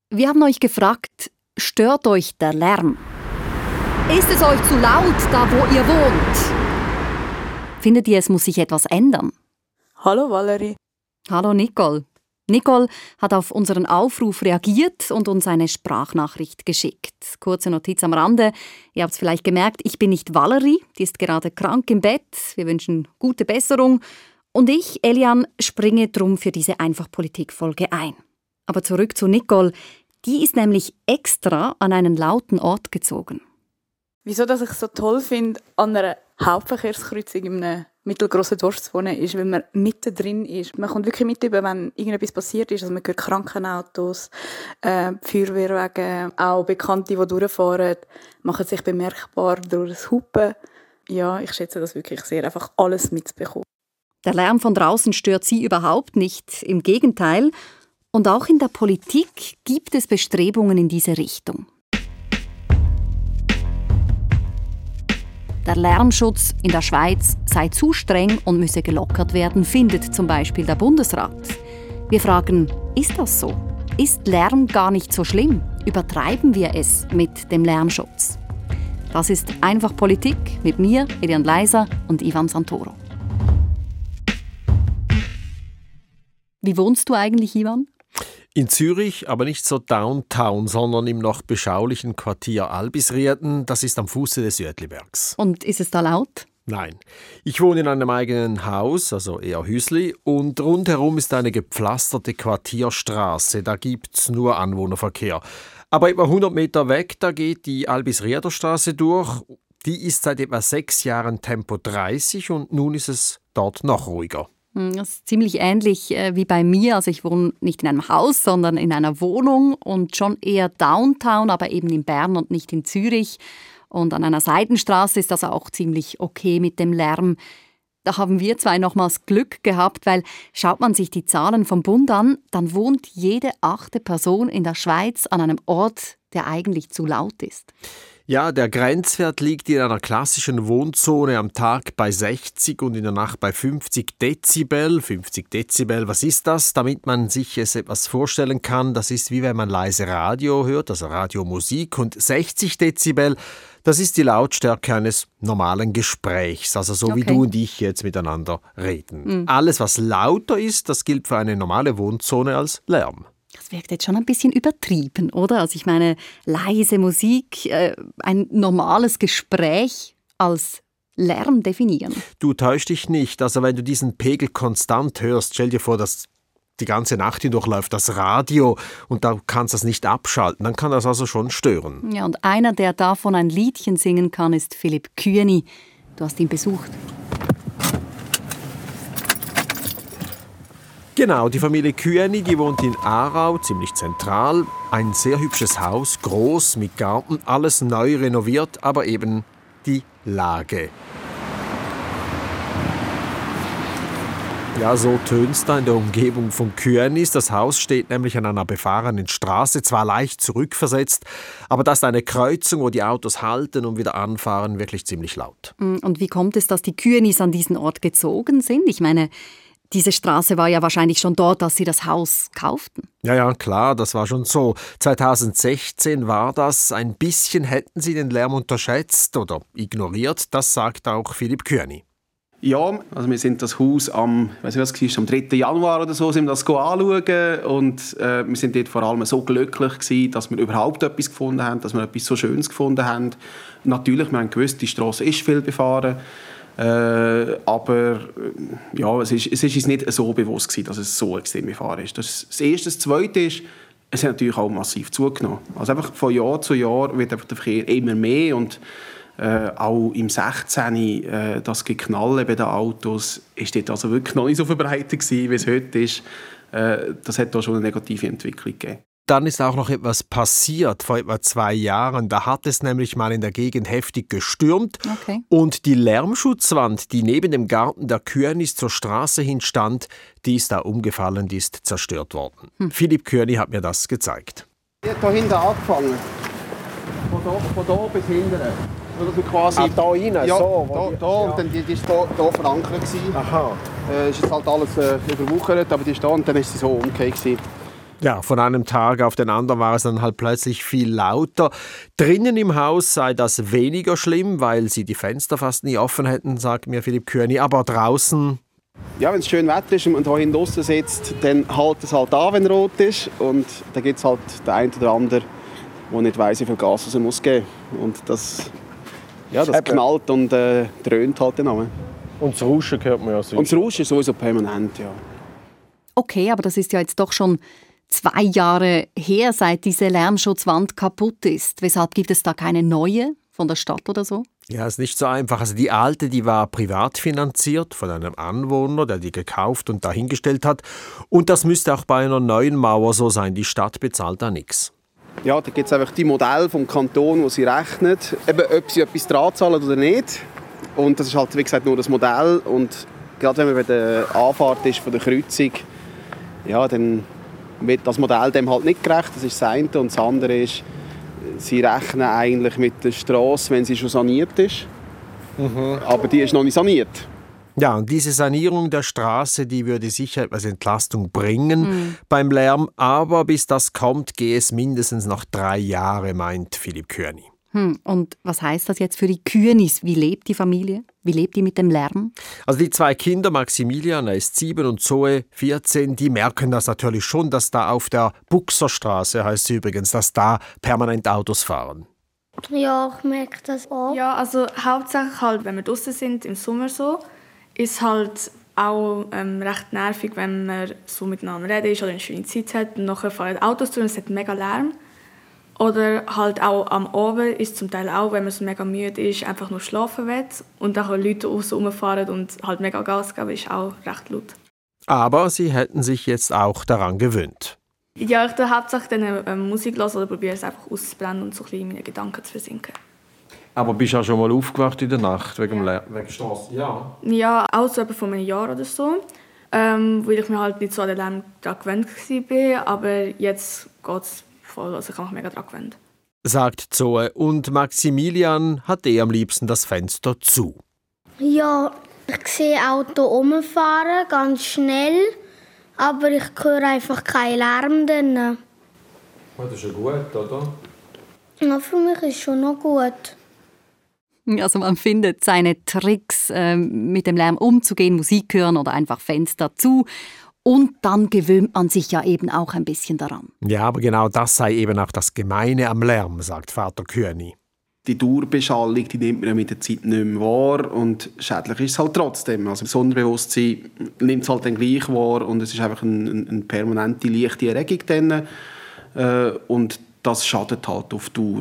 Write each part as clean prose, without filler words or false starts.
Wir haben euch gefragt, stört euch der Lärm? Ist es euch zu laut, da wo ihr wohnt? Findet ihr, es muss sich etwas ändern? Hallo Valerie. Hallo Nicole. Nicole hat auf unseren Aufruf reagiert und uns eine Sprachnachricht geschickt. Kurze Notiz am Rande. Ihr habt es vielleicht gemerkt, ich bin nicht Valerie, die ist gerade krank im Bett. Wir wünschen gute Besserung. Und ich, Elian, springe drum für diese Einfach-Politik-Folge ein. Aber zurück zu Nicole. Die ist nämlich extra an einen lauten Ort gezogen. Wieso dass ich es so toll finde, an einer Hauptverkehrskreuzung in einem mittelgrossen Dorf zu wohnen, ist, weil man mittendrin ist. Man kommt wirklich mit über, wenn irgendetwas passiert ist. Also man hört Krankenautos, Feuerwehrwagen, auch Bekannte, die durchfahren, machen sich bemerkbar durch das Hupen. Ja, ich schätze das wirklich sehr, einfach alles mitzubekommen. Der Lärm von draußen stört sie überhaupt nicht. Im Gegenteil. Und auch in der Politik gibt es Bestrebungen in diese Richtung. Der Lärmschutz in der Schweiz sei zu streng und müsse gelockert werden, findet zum Beispiel der Bundesrat. Wir fragen, ist das so? Ist Lärm gar nicht so schlimm? Übertreiben wir es mit dem Lärmschutz? Das ist Einfach Politik mit mir, Elian Leiser und Ivan Santoro. Wie wohnst du eigentlich, Ivan? In Zürich, aber nicht so Downtown, sondern im noch beschaulichen Quartier Albisrieden. Das ist am Fuße des Uetlibergs. Und ist es da laut? Nein. Ich wohne in einem eigenen Haus, also eher Hüsli, und rundherum ist eine gepflasterte Quartierstraße. Da gibt's nur Anwohnerverkehr. Aber etwa 100 Meter weg, da geht die Albisrieder Straße durch. Die ist seit etwa 6 Jahren Tempo 30 und nun ist es dort noch ruhiger. Das ist ziemlich ähnlich wie bei mir. Also ich wohne nicht in einem Haus, sondern in einer Wohnung und schon eher Downtown, aber eben in Bern und nicht in Zürich. Und an einer Seitenstraße ist das auch ziemlich okay mit dem Lärm. Da haben wir zwei nochmals Glück gehabt, weil schaut man sich die Zahlen vom Bund an, dann wohnt jede 8. Person in der Schweiz an einem Ort, der eigentlich zu laut ist. Ja, der Grenzwert liegt in einer klassischen Wohnzone am Tag bei 60 und in der Nacht bei 50 Dezibel. 50 Dezibel, was ist das? Damit man sich es etwas vorstellen kann, das ist wie wenn man leise Radio hört, also Radiomusik. Und 60 Dezibel, das ist die Lautstärke eines normalen Gesprächs, also so wie du und ich jetzt miteinander reden. Alles, was lauter ist, das gilt für eine normale Wohnzone als Lärm. Das wirkt jetzt schon ein bisschen übertrieben, oder? Also ich meine, leise Musik, ein normales Gespräch als Lärm definieren. Du täuschst dich nicht. Also wenn du diesen Pegel konstant hörst, stell dir vor, dass die ganze Nacht hindurch läuft das Radio und da kannst du das nicht abschalten. Dann kann das also schon stören. Ja, und einer, der davon ein Liedchen singen kann, ist Philipp Kühni. Du hast ihn besucht. Genau, die Familie Kühni, die wohnt in Aarau, ziemlich zentral. Ein sehr hübsches Haus, groß, mit Garten, alles neu renoviert, aber eben die Lage. Ja, so tönt's da in der Umgebung von Kühnis. Das Haus steht nämlich an einer befahrenen Straße, zwar leicht zurückversetzt, aber das ist eine Kreuzung, wo die Autos halten und wieder anfahren, wirklich ziemlich laut. Und wie kommt es, dass die Kühnis an diesen Ort gezogen sind? Ich meine, diese Straße war ja wahrscheinlich schon dort, als Sie das Haus kauften. Ja, klar, das war schon so. 2016 war das. Ein bisschen hätten Sie den Lärm unterschätzt oder ignoriert. Das sagt auch Philipp Kühni. Ja, also wir sind das Haus am 3. Januar oder so sind wir das anschauen und wir sind dort vor allem so glücklich gewesen, dass wir überhaupt etwas gefunden haben, dass wir etwas so Schönes gefunden haben. Natürlich, wir haben gewusst, die Strasse ist viel befahren. Aber ja, es ist uns nicht so bewusst gewesen, dass es so extrem befahren ist. Das ist das Erste. Das Zweite ist, es hat natürlich auch massiv zugenommen. Also einfach von Jahr zu Jahr wird einfach der Verkehr immer mehr und auch im 16. Das Geknalle bei den Autos ist dort also wirklich noch nicht so verbreitet gewesen, wie es heute ist. Das hat da schon eine negative Entwicklung gegeben. Dann ist auch noch etwas passiert vor etwa 2 Jahren. Da hat es nämlich mal in der Gegend heftig gestürmt. Okay. Und die Lärmschutzwand, die neben dem Garten der Kühnis zur Straße hin stand, die ist da umgefallen, die ist zerstört worden. Philipp Kühni hat mir das gezeigt. Die hat hier hinten angefangen. Von da bis hinten. Also quasi da rein? Ja, so, da und dann die ist hier verankert gewesen. Aha. Ist jetzt halt alles überwuchert, aber die ist da und dann ist sie so umgekehrt gewesen. Ja, von einem Tag auf den anderen war es dann halt plötzlich viel lauter. Drinnen im Haus sei das weniger schlimm, weil sie die Fenster fast nie offen hätten, sagt mir Philipp Kühni. Aber draußen... Ja, wenn es schön Wetter ist und man hier draußen sitzt, dann hält es halt an, wenn rot ist. Und dann gibt es halt den einen oder anderen, der nicht weiss, wie viel Gas er muss geben muss. Und das knallt und dröhnt halt dann auch. Und das Rauschen hört man ja so. Und das Rauschen ist sowieso permanent, ja. Okay, aber das ist ja jetzt doch schon 2 Jahre her, seit diese Lärmschutzwand kaputt ist. Weshalb gibt es da keine neue von der Stadt oder so? Ja, ist nicht so einfach. Also die alte, die war privat finanziert von einem Anwohner, der die gekauft und dahingestellt hat. Und das müsste auch bei einer neuen Mauer so sein. Die Stadt bezahlt da nichts. Ja, da gibt es einfach die Modelle vom Kanton, wo sie rechnet, eben, ob sie etwas dran zahlen oder nicht. Und das ist halt, wie gesagt, nur das Modell. Und gerade wenn man bei der Anfahrt ist von der Kreuzung, ja, dann wird das Modell dem halt nicht gerecht. Das ist das eine. Und das andere ist, sie rechnen eigentlich mit der Strasse, wenn sie schon saniert ist. Aber die ist noch nicht saniert. Ja, und diese Sanierung der Straße, die würde sicher etwas Entlastung bringen beim Lärm. Aber bis das kommt, gehe es mindestens noch 3 Jahre, meint Philipp Kühni. Und was heißt das jetzt für die Kühnis? Wie lebt die Familie? Wie lebt die mit dem Lärm? Also die 2 Kinder, Maximilian, er ist 7 und Zoe, 14, die merken das natürlich schon, dass da auf der Buxerstraße, heißt sie übrigens, dass da permanent Autos fahren. Ja, ich merke das auch. Ja, also hauptsächlich halt, wenn wir draußen sind, im Sommer so, ist halt auch recht nervig, wenn man so miteinander redet oder eine schöne Zeit hat und nachher fahren Autos zu und es hat mega Lärm. Oder halt auch am Abend ist zum Teil auch, wenn man so mega müde ist, einfach nur schlafen will und dann Leute draussen rumfahren und halt mega Gas geben, ist auch recht laut. Aber sie hätten sich jetzt auch daran gewöhnt. Ja, ich tue hauptsächlich dann Musik hören oder probiere es einfach auszublenden und so ein bisschen in meine Gedanken zu versinken. Aber bist du auch schon mal aufgewacht in der Nacht wegen der Straße? Ja. Ja, auch so etwa vor einem Jahr oder so, weil ich mir halt nicht so an den Lärm gewöhnt war, aber jetzt geht es voll, also ich habe mich mega daran gewöhnt. Sagt Zoe. Und Maximilian hat am liebsten das Fenster zu. Ja, ich sehe Auto rumfahren, ganz schnell, aber ich höre einfach keinen Lärm drin. Das ist ja gut, oder? Ja, für mich ist es schon noch gut. Also man findet seine Tricks, mit dem Lärm umzugehen, Musik hören oder einfach Fenster zu. Und dann gewöhnt man sich ja eben auch ein bisschen daran. Ja, aber genau das sei eben auch das Gemeine am Lärm, sagt Vater Kühni. Die Dauerbeschallung, die nimmt man mit der Zeit nicht mehr wahr und schädlich ist es halt trotzdem. Also das Unterbewusstsein nimmt es halt dann gleich wahr und es ist einfach eine permanente, leichte Erregung dann, und das schadet halt auf Dauer.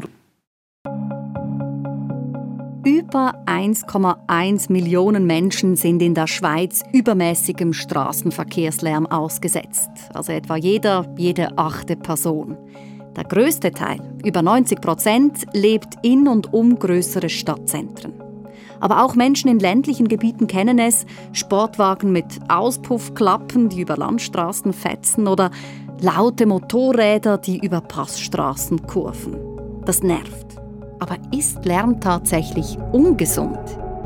Über 1,1 Millionen Menschen sind in der Schweiz übermäßigem Straßenverkehrslärm ausgesetzt. Also etwa jede 8. Person. Der grösste Teil, über 90%, lebt in und um grössere Stadtzentren. Aber auch Menschen in ländlichen Gebieten kennen es. Sportwagen mit Auspuffklappen, die über Landstraßen fetzen, oder laute Motorräder, die über Passstraßen kurven. Das nervt. Aber ist Lärm tatsächlich ungesund?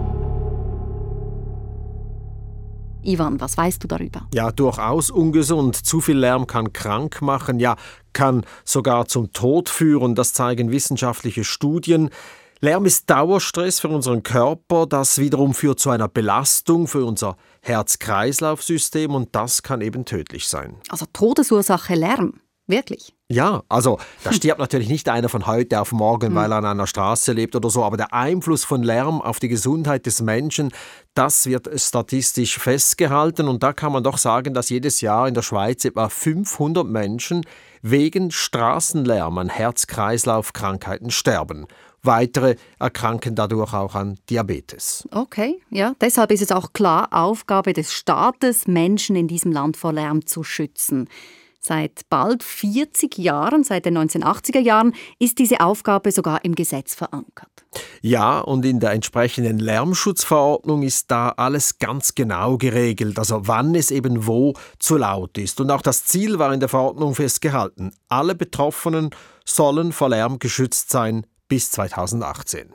Ivan, was weißt du darüber? Ja, durchaus ungesund. Zu viel Lärm kann krank machen, ja, kann sogar zum Tod führen. Das zeigen wissenschaftliche Studien. Lärm ist Dauerstress für unseren Körper. Das wiederum führt zu einer Belastung für unser Herz-Kreislauf-System und das kann eben tödlich sein. Also Todesursache Lärm? Wirklich? Ja, also da stirbt natürlich nicht einer von heute auf morgen, weil er an einer Straße lebt oder so, aber der Einfluss von Lärm auf die Gesundheit des Menschen, das wird statistisch festgehalten und da kann man doch sagen, dass jedes Jahr in der Schweiz etwa 500 Menschen wegen Straßenlärm an Herz-Kreislauf-Krankheiten sterben. Weitere erkranken dadurch auch an Diabetes. Okay, ja. Deshalb ist es auch klar Aufgabe des Staates, Menschen in diesem Land vor Lärm zu schützen. Seit bald 40 Jahren, seit den 1980er Jahren, ist diese Aufgabe sogar im Gesetz verankert. Ja, und in der entsprechenden Lärmschutzverordnung ist da alles ganz genau geregelt, also wann es eben wo zu laut ist. Und auch das Ziel war in der Verordnung festgehalten. Alle Betroffenen sollen vor Lärm geschützt sein bis 2018.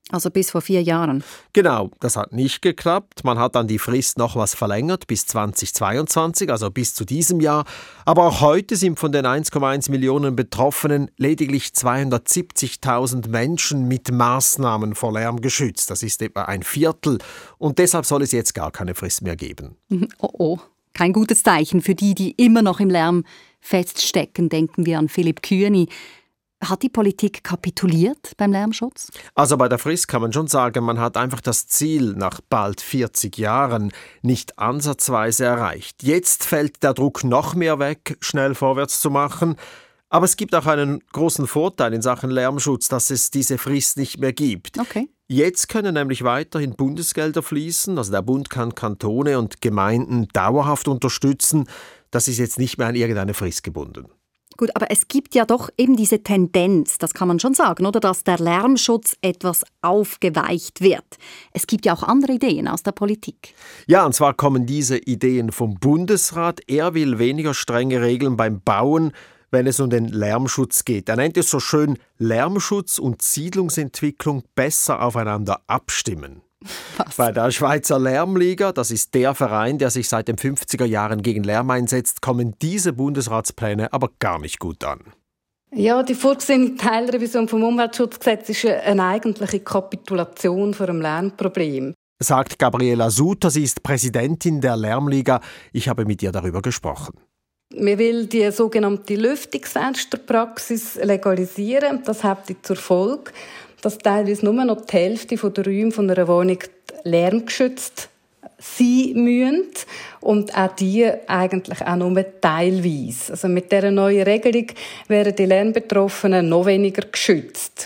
Also bis vor 4 Jahren. Genau, das hat nicht geklappt. Man hat dann die Frist noch was verlängert bis 2022, also bis zu diesem Jahr. Aber auch heute sind von den 1,1 Millionen Betroffenen lediglich 270.000 Menschen mit Maßnahmen vor Lärm geschützt. Das ist etwa ein Viertel. Und deshalb soll es jetzt gar keine Frist mehr geben. Oh. Kein gutes Zeichen für die immer noch im Lärm feststecken. Denken wir an Philipp Kühni. Hat die Politik kapituliert beim Lärmschutz? Also bei der Frist kann man schon sagen, man hat einfach das Ziel nach bald 40 Jahren nicht ansatzweise erreicht. Jetzt fällt der Druck noch mehr weg, schnell vorwärts zu machen. Aber es gibt auch einen großen Vorteil in Sachen Lärmschutz, dass es diese Frist nicht mehr gibt. Okay. Jetzt können nämlich weiterhin Bundesgelder fließen. Also der Bund kann Kantone und Gemeinden dauerhaft unterstützen. Das ist jetzt nicht mehr an irgendeine Frist gebunden. Gut, aber es gibt ja doch eben diese Tendenz, das kann man schon sagen, oder, dass der Lärmschutz etwas aufgeweicht wird. Es gibt ja auch andere Ideen aus der Politik. Ja, und zwar kommen diese Ideen vom Bundesrat. Er will weniger strenge Regeln beim Bauen, wenn es um den Lärmschutz geht. Er nennt es so schön, Lärmschutz und Siedlungsentwicklung besser aufeinander abstimmen. Was? Bei der Schweizer Lärmliga, das ist der Verein, der sich seit den 50er Jahren gegen Lärm einsetzt, kommen diese Bundesratspläne aber gar nicht gut an. Ja, die vorgesehene Teilrevision vom Umweltschutzgesetz ist eine eigentliche Kapitulation vor dem Lärmproblem. Sagt Gabriela Suter, sie ist Präsidentin der Lärmliga. Ich habe mit ihr darüber gesprochen. Man will die sogenannte Lüftungsfensterpraxis legalisieren. Das hat zur Folge, dass teilweise nur noch die Hälfte der Räume von einer Wohnung lärmgeschützt sein müssen. Und auch die eigentlich auch nur teilweise. Also mit dieser neuen Regelung wären die Lärmbetroffenen noch weniger geschützt.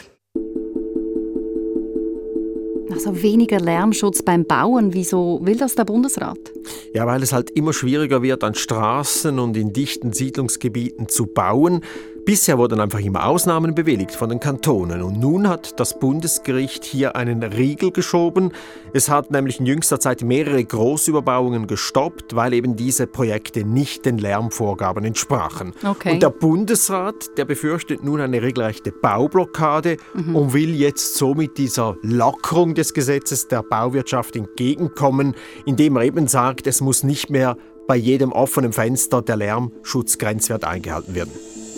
Also weniger Lärmschutz beim Bauen. Wieso will das der Bundesrat? Ja, weil es halt immer schwieriger wird, an Straßen und in dichten Siedlungsgebieten zu bauen. Bisher wurden einfach immer Ausnahmen bewilligt von den Kantonen. Und nun hat das Bundesgericht hier einen Riegel geschoben. Es hat nämlich in jüngster Zeit mehrere Großüberbauungen gestoppt, weil eben diese Projekte nicht den Lärmvorgaben entsprachen. Okay. Und der Bundesrat, der befürchtet nun eine regelrechte Baublockade und will jetzt somit dieser Lockerung des Gesetzes der Bauwirtschaft entgegenkommen, indem er eben sagt, es muss nicht mehr bei jedem offenen Fenster der Lärmschutzgrenzwert eingehalten werden.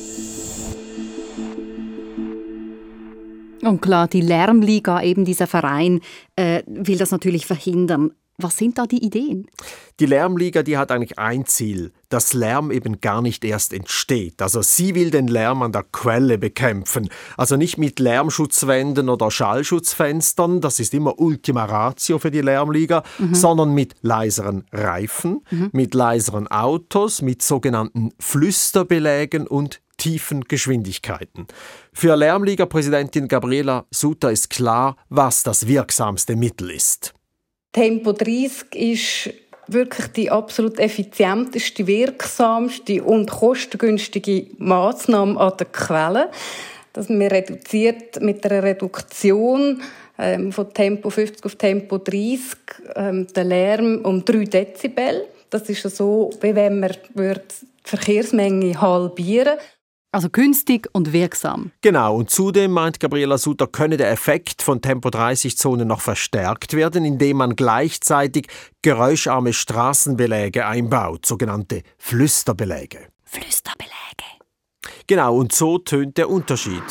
Und klar, die Lärmliga, eben dieser Verein, will das natürlich verhindern. Was sind da die Ideen? Die Lärmliga, die hat eigentlich ein Ziel, dass Lärm eben gar nicht erst entsteht. Also sie will den Lärm an der Quelle bekämpfen. Also nicht mit Lärmschutzwänden oder Schallschutzfenstern, das ist immer Ultima Ratio für die Lärmliga, sondern mit leiseren Reifen, mit leiseren Autos, mit sogenannten Flüsterbelägen und tiefen Geschwindigkeiten. Für Lärmliga-Präsidentin Gabriela Suter ist klar, was das wirksamste Mittel ist. Tempo 30 ist wirklich die absolut effizienteste, wirksamste und kostengünstige Massnahme an der Quelle. Dass man reduziert mit einer Reduktion von Tempo 50 auf Tempo 30 den Lärm um 3 Dezibel. Das ist so, wie wenn man die Verkehrsmenge halbieren würde. Also günstig und wirksam. Genau, und zudem meint Gabriela Suter, könne der Effekt von Tempo-30-Zonen noch verstärkt werden, indem man gleichzeitig geräuscharme Straßenbeläge einbaut, sogenannte Flüsterbeläge. Flüsterbeläge. Genau, und so tönt der Unterschied.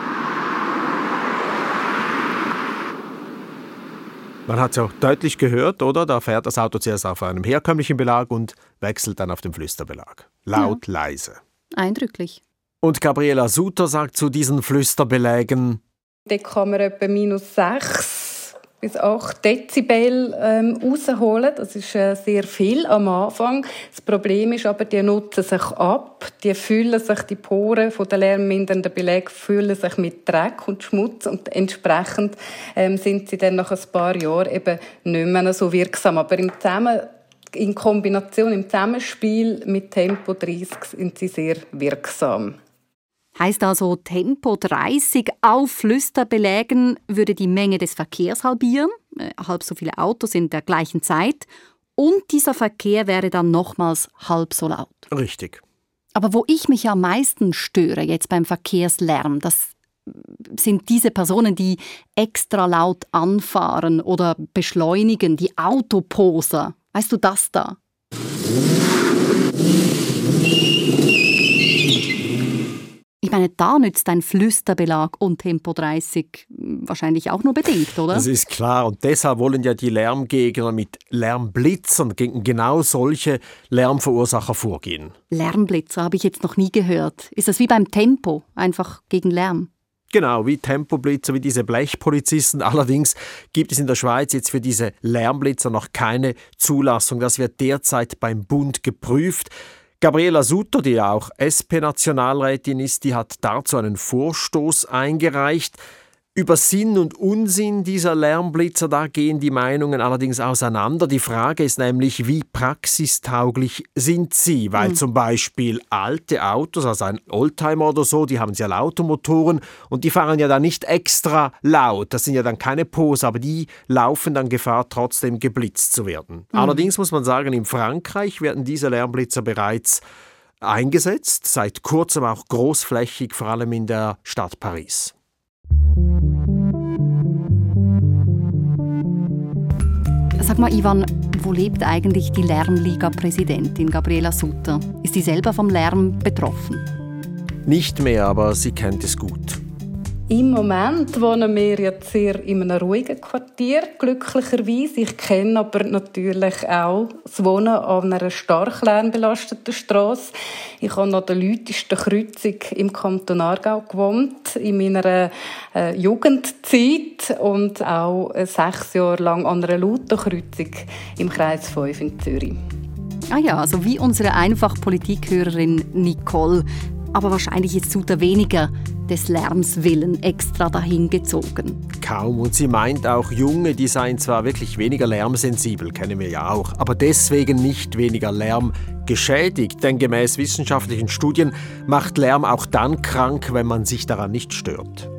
Man hat es ja auch deutlich gehört, oder? Da fährt das Auto zuerst auf einem herkömmlichen Belag und wechselt dann auf den Flüsterbelag. Laut, leise. Eindrücklich. Und Gabriela Suter sagt zu diesen Flüsterbelägen: Da kann man etwa minus 6 bis 8 Dezibel rausholen. Das ist sehr viel am Anfang. Das Problem ist aber, die nutzen sich ab. Die Poren von den lärmmindernden Belägen füllen sich mit Dreck und Schmutz. Und entsprechend sind sie dann nach ein paar Jahren eben nicht mehr so wirksam. Aber in Kombination, im Zusammenspiel mit Tempo 30 sind sie sehr wirksam. Heißt also, Tempo 30 auf Flüsterbelägen würde die Menge des Verkehrs halbieren, halb so viele Autos in der gleichen Zeit, und dieser Verkehr wäre dann nochmals halb so laut. Richtig. Aber wo ich mich am meisten störe jetzt beim Verkehrslärm, das sind diese Personen, die extra laut anfahren oder beschleunigen, die Autoposer. Weißt du das da? Ich meine, da nützt ein Flüsterbelag und Tempo 30 wahrscheinlich auch nur bedingt, oder? Das ist klar. Und deshalb wollen ja die Lärmgegner mit Lärmblitzern gegen genau solche Lärmverursacher vorgehen. Lärmblitzer habe ich jetzt noch nie gehört. Ist das wie beim Tempo, einfach gegen Lärm? Genau, wie Tempoblitzer, wie diese Blechpolizisten. Allerdings gibt es in der Schweiz jetzt für diese Lärmblitzer noch keine Zulassung. Das wird derzeit beim Bund geprüft. Gabriela Sutter, die ja auch SP-Nationalrätin ist, die hat dazu einen Vorstoß eingereicht. Über Sinn und Unsinn dieser Lärmblitzer, da gehen die Meinungen allerdings auseinander. Die Frage ist nämlich, wie praxistauglich sind sie? Weil zum Beispiel alte Autos, also ein Oldtimer oder so, die haben ja laute Motoren und die fahren ja dann nicht extra laut. Das sind ja dann keine Poser, aber die laufen dann Gefahr, trotzdem geblitzt zu werden. Allerdings muss man sagen, in Frankreich werden diese Lärmblitzer bereits eingesetzt, seit kurzem auch großflächig, vor allem in der Stadt Paris. Sag mal, Ivan, wo lebt eigentlich die Lärmliga-Präsidentin Gabriela Sutter? Ist sie selber vom Lärm betroffen? Nicht mehr, aber sie kennt es gut. Im Moment wohnen wir jetzt sehr in einem ruhigen Quartier, glücklicherweise. Ich kenne aber natürlich auch das Wohnen an einer stark lärmbelasteten Strasse. Ich habe an der lautesten Kreuzung im Kanton Aargau gewohnt, in meiner Jugendzeit und auch 6 Jahre lang an einer lauten Kreuzung im Kreis 5 in Zürich. Ah ja, also wie unsere Einfach-Politikhörerin Nicole. Aber wahrscheinlich ist Sutter weniger des Lärms willen extra dahin gezogen. Kaum. Und sie meint auch, Junge, die seien zwar wirklich weniger lärmsensibel, kennen wir ja auch, aber deswegen nicht weniger lärmgeschädigt. Denn gemäß wissenschaftlichen Studien macht Lärm auch dann krank, wenn man sich daran nicht stört.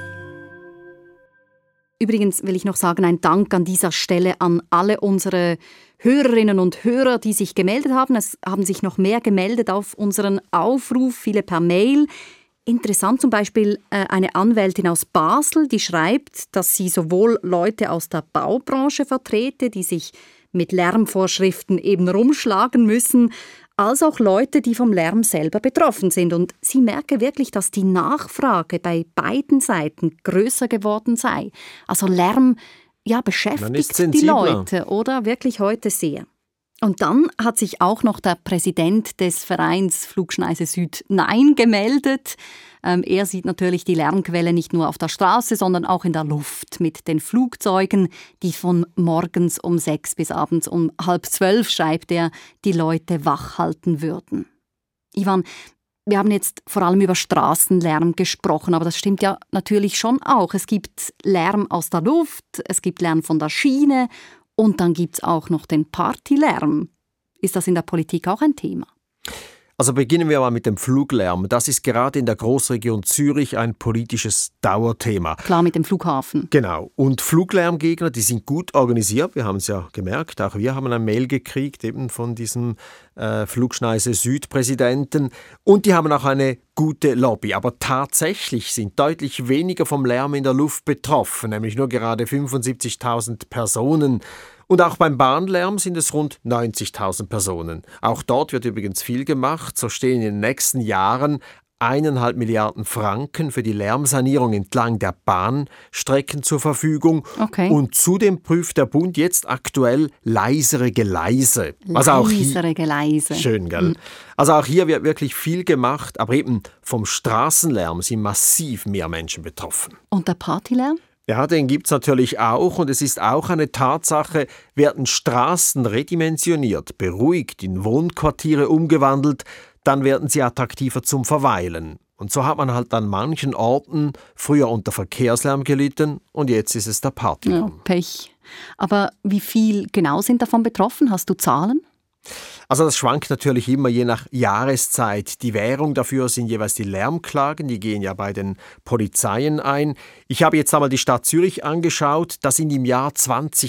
Übrigens will ich noch sagen, ein Dank an dieser Stelle an alle unsere Hörerinnen und Hörer, die sich gemeldet haben. Es haben sich noch mehr gemeldet auf unseren Aufruf, viele per Mail. Interessant zum Beispiel eine Anwältin aus Basel, die schreibt, dass sie sowohl Leute aus der Baubranche vertrete, die sich mit Lärmvorschriften eben rumschlagen müssen, als auch Leute, die vom Lärm selber betroffen sind. Und sie merke wirklich, dass die Nachfrage bei beiden Seiten größer geworden sei. Also Lärm beschäftigt die Leute, oder? Wirklich heute sehr. Und dann hat sich auch noch der Präsident des Vereins Flugschneise Süd Nein gemeldet. Er sieht natürlich die Lärmquelle nicht nur auf der Straße, sondern auch in der Luft mit den Flugzeugen, die von morgens um 6 bis abends um 11:30, schreibt er, die Leute wach halten würden. Ivan, wir haben jetzt vor allem über Straßenlärm gesprochen, aber das stimmt ja natürlich schon auch. Es gibt Lärm aus der Luft, es gibt Lärm von der Schiene und dann gibt es auch noch den Partylärm. Ist das in der Politik auch ein Thema? Also beginnen wir mal mit dem Fluglärm. Das ist gerade in der Großregion Zürich ein politisches Dauerthema. Klar, mit dem Flughafen. Genau. Und Fluglärmgegner, die sind gut organisiert. Wir haben es ja gemerkt. Auch wir haben eine Mail gekriegt eben von diesem Flugschneise Süd-Präsidenten. Und die haben auch eine gute Lobby. Aber tatsächlich sind deutlich weniger vom Lärm in der Luft betroffen, nämlich nur gerade 75.000 Personen. Und auch beim Bahnlärm sind es rund 90.000 Personen. Auch dort wird übrigens viel gemacht. So stehen in den nächsten Jahren 1,5 Milliarden Franken für die Lärmsanierung entlang der Bahnstrecken zur Verfügung. Okay. Und zudem prüft der Bund jetzt aktuell leisere Gleise. Leisere Gleise. Schön, gell? Also auch hier wird wirklich viel gemacht, aber eben vom Straßenlärm sind massiv mehr Menschen betroffen. Und der Partylärm? Ja, den gibt es natürlich auch und es ist auch eine Tatsache, werden Straßen redimensioniert, beruhigt, in Wohnquartiere umgewandelt, dann werden sie attraktiver zum Verweilen. Und so hat man halt an manchen Orten früher unter Verkehrslärm gelitten und jetzt ist es der Partylärm. Ja, Pech. Aber wie viel genau sind davon betroffen? Hast du Zahlen? Also das schwankt natürlich immer je nach Jahreszeit. Die Währung dafür sind jeweils die Lärmklagen, die gehen ja bei den Polizeien ein. Ich habe jetzt einmal die Stadt Zürich angeschaut, da sind im Jahr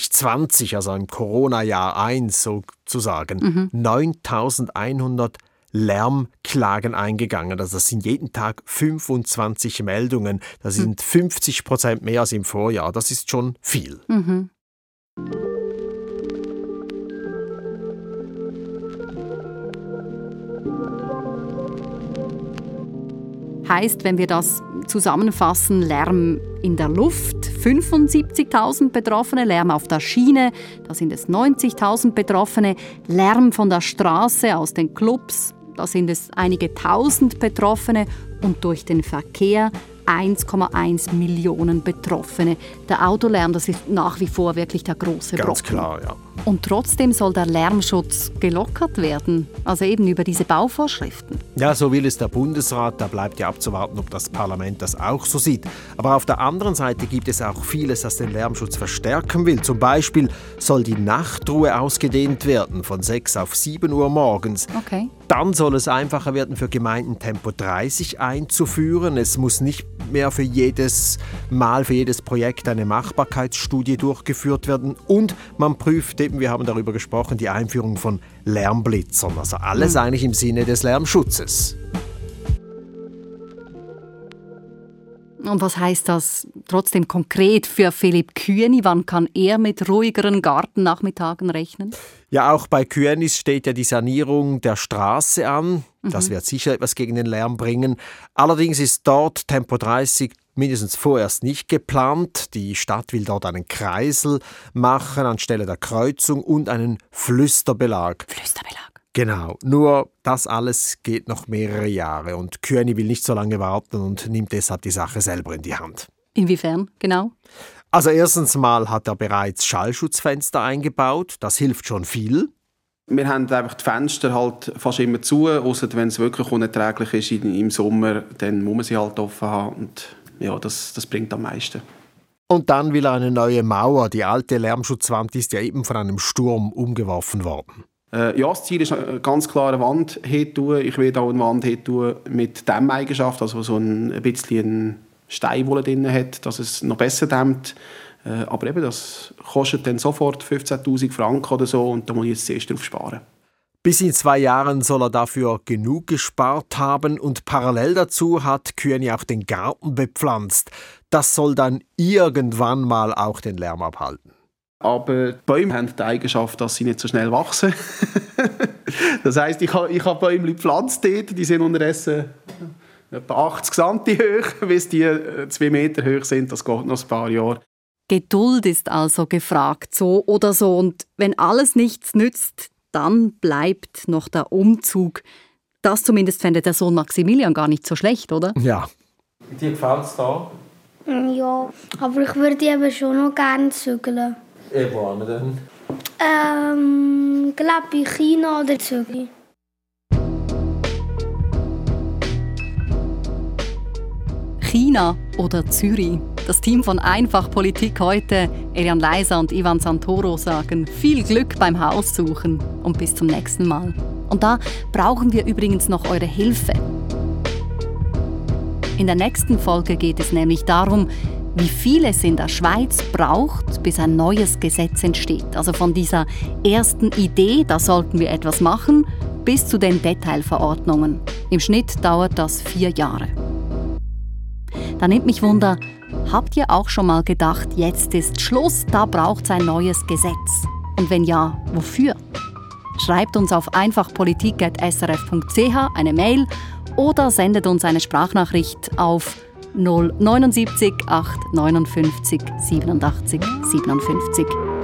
2020, also im Corona-Jahr 1 sozusagen, 9.100 Lärmklagen eingegangen. Also das sind jeden Tag 25 Meldungen. Das sind 50% mehr als im Vorjahr. Das ist schon viel. Mhm. Heißt, wenn wir das zusammenfassen, Lärm in der Luft, 75.000 Betroffene, Lärm auf der Schiene, da sind es 90.000 Betroffene, Lärm von der Straße, aus den Clubs, da sind es einige Tausend Betroffene und durch den Verkehr 1,1 Millionen Betroffene. Der Autolärm, das ist nach wie vor wirklich der große Brocken. Ganz klar, ja. Und trotzdem soll der Lärmschutz gelockert werden, also eben über diese Bauvorschriften. Ja, so will es der Bundesrat. Da bleibt ja abzuwarten, ob das Parlament das auch so sieht. Aber auf der anderen Seite gibt es auch vieles, das den Lärmschutz verstärken will. Zum Beispiel soll die Nachtruhe ausgedehnt werden, von 6 auf 7 Uhr morgens. Okay. Dann soll es einfacher werden für Gemeinden, Tempo 30 einzuführen. Es muss nicht mehr für jedes Projekt eine Machbarkeitsstudie durchgeführt werden. Und man prüft eben, wir haben darüber gesprochen, die Einführung von Lärmblitzern. Also alles eigentlich im Sinne des Lärmschutzes. Und was heißt das trotzdem konkret für Philipp Kyeni? Wann kann er mit ruhigeren Gartennachmittagen rechnen? Ja, auch bei Kyenis steht ja die Sanierung der Straße an. Das wird sicher etwas gegen den Lärm bringen. Allerdings ist dort Tempo 30 mindestens vorerst nicht geplant. Die Stadt will dort einen Kreisel machen anstelle der Kreuzung und einen Flüsterbelag. Flüsterbelag. Genau, nur das alles geht noch mehrere Jahre und Kyeni will nicht so lange warten und nimmt deshalb die Sache selber in die Hand. Inwiefern genau? Also erstens mal hat er bereits Schallschutzfenster eingebaut, das hilft schon viel. Wir haben einfach die Fenster halt fast immer zu, ausser wenn es wirklich unerträglich ist im Sommer, dann muss man sie halt offen haben und ja, das bringt am meisten. Und dann will er eine neue Mauer, die alte Lärmschutzwand ist ja eben von einem Sturm umgeworfen worden. Ja, das Ziel ist ganz klar eine Wand herzutun. Ich will auch eine Wand herzutun mit Dämmeigenschaft, also so ein bisschen Stein, der drin hat, dass es noch besser dämmt. Aber eben, das kostet dann sofort 15'000 Franken oder so und da muss ich jetzt zuerst drauf sparen. Bis in 2 Jahren soll er dafür genug gespart haben und parallel dazu hat Kyeni auch den Garten bepflanzt. Das soll dann irgendwann mal auch den Lärm abhalten. Aber die Bäume haben die Eigenschaft, dass sie nicht so schnell wachsen. Das heisst, ich habe Bäume gepflanzt dort, die sind unterdessen etwa 80 cm hoch, bis die 2 Meter hoch sind. Das geht noch ein paar Jahre. Geduld ist also gefragt, so oder so. Und wenn alles nichts nützt, dann bleibt noch der Umzug. Das zumindest fände der Sohn Maximilian gar nicht so schlecht, oder? Ja. Dir gefällt es da? Ja, aber ich würde eben schon noch gerne zügeln. Wo denn? Glaube in China oder Zürich. China oder Zürich. Das Team von Einfach Politik heute, Elian Leiser und Ivan Santoro, sagen viel Glück beim Haussuchen und bis zum nächsten Mal. Und da brauchen wir übrigens noch eure Hilfe. In der nächsten Folge geht es nämlich darum, wie viel es in der Schweiz braucht, bis ein neues Gesetz entsteht. Also von dieser ersten Idee, da sollten wir etwas machen, bis zu den Detailverordnungen. Im Schnitt dauert das 4 Jahre. Da nimmt mich Wunder, habt ihr auch schon mal gedacht, jetzt ist Schluss, da braucht es ein neues Gesetz? Und wenn ja, wofür? Schreibt uns auf einfachpolitik@srf.ch eine Mail oder sendet uns eine Sprachnachricht auf 079 859 87 57.